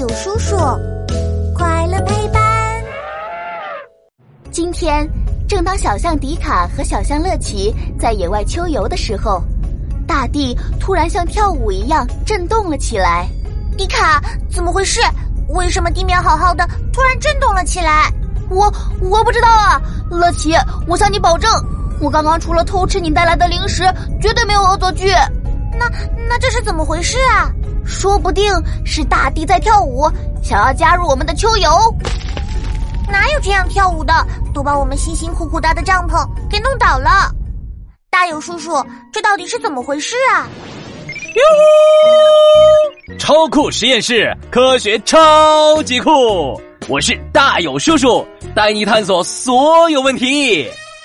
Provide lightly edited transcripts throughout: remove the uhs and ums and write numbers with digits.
友叔叔，快乐陪伴。今天，正当小象迪卡和小象乐奇在野外秋游的时候，大地突然像跳舞一样震动了起来。 迪卡，怎么回事？为什么地面好好的，突然震动了起来？ 我不知道啊，乐奇，我向你保证，我刚刚除了偷吃你带来的零食，绝对没有恶作剧。 那这是怎么回事啊？ 说不定是大地在跳舞，想要加入我们的秋游。 哪有这样跳舞的？都把我们辛辛苦苦搭的帐篷给弄倒了。大友叔叔，这到底是怎么回事啊？ 哟！超酷实验室，科学超级酷！我是大友叔叔，带你探索所有问题。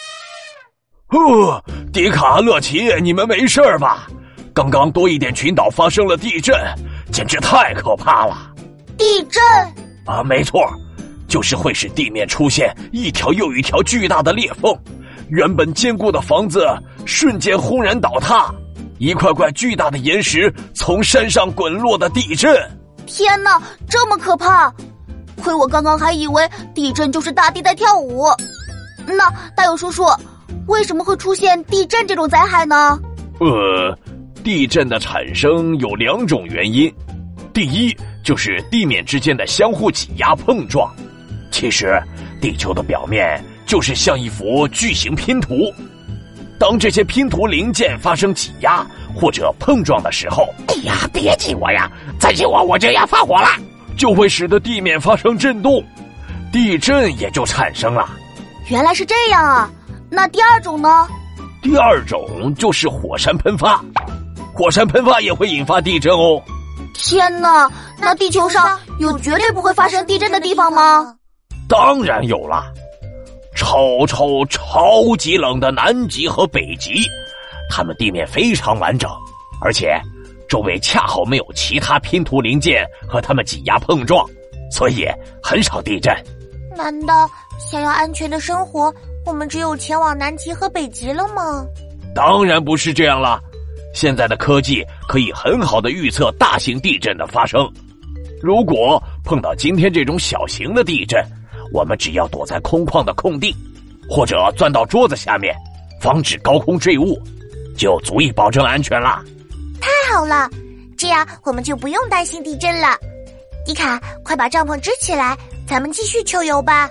迪卡、乐奇，你们没事吧？刚刚多一点群岛发生了地震，简直太可怕了。 地震？ 啊，没错，就是会使地面出现一条又一条巨大的裂缝，原本坚固的房子瞬间轰然倒塌，一块块巨大的岩石从山上滚落的地震。 天哪，这么可怕！亏我刚刚还以为地震就是大地在跳舞。那大友叔叔，为什么会出现地震这种灾害呢？ 地震的产生有两种原因。第一，就是地面之间的相互挤压碰撞。其实地球的表面就是像一幅巨型拼图，当这些拼图零件发生挤压或者碰撞的时候， 哎呀，别挤我呀，再挤我就要发火了， 就会使得地面发生震动，地震也就产生了。 原来是这样啊，那第二种呢？ 第二种就是火山喷发，火山喷发也会引发地震哦。 天哪，那地球上有绝对不会发生地震的地方吗？ 当然有了，超级冷的南极和北极，它们地面非常完整，而且周围恰好没有其他拼图零件和它们挤压碰撞，所以很少地震。 难道想要安全的生活，我们只有前往南极和北极了吗？ 当然不是这样了，现在的科技可以很好的预测大型地震的发生。如果碰到今天这种小型的地震，我们只要躲在空旷的空地，或者钻到桌子下面，防止高空坠物，就足以保证安全了。 太好了，这样我们就不用担心地震了。迪卡，快把帐篷支起来，咱们继续秋游吧。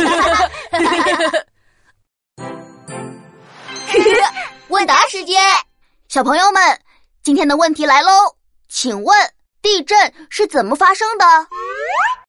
问答时间，小朋友们，今天的问题来喽，请问地震是怎么发生的？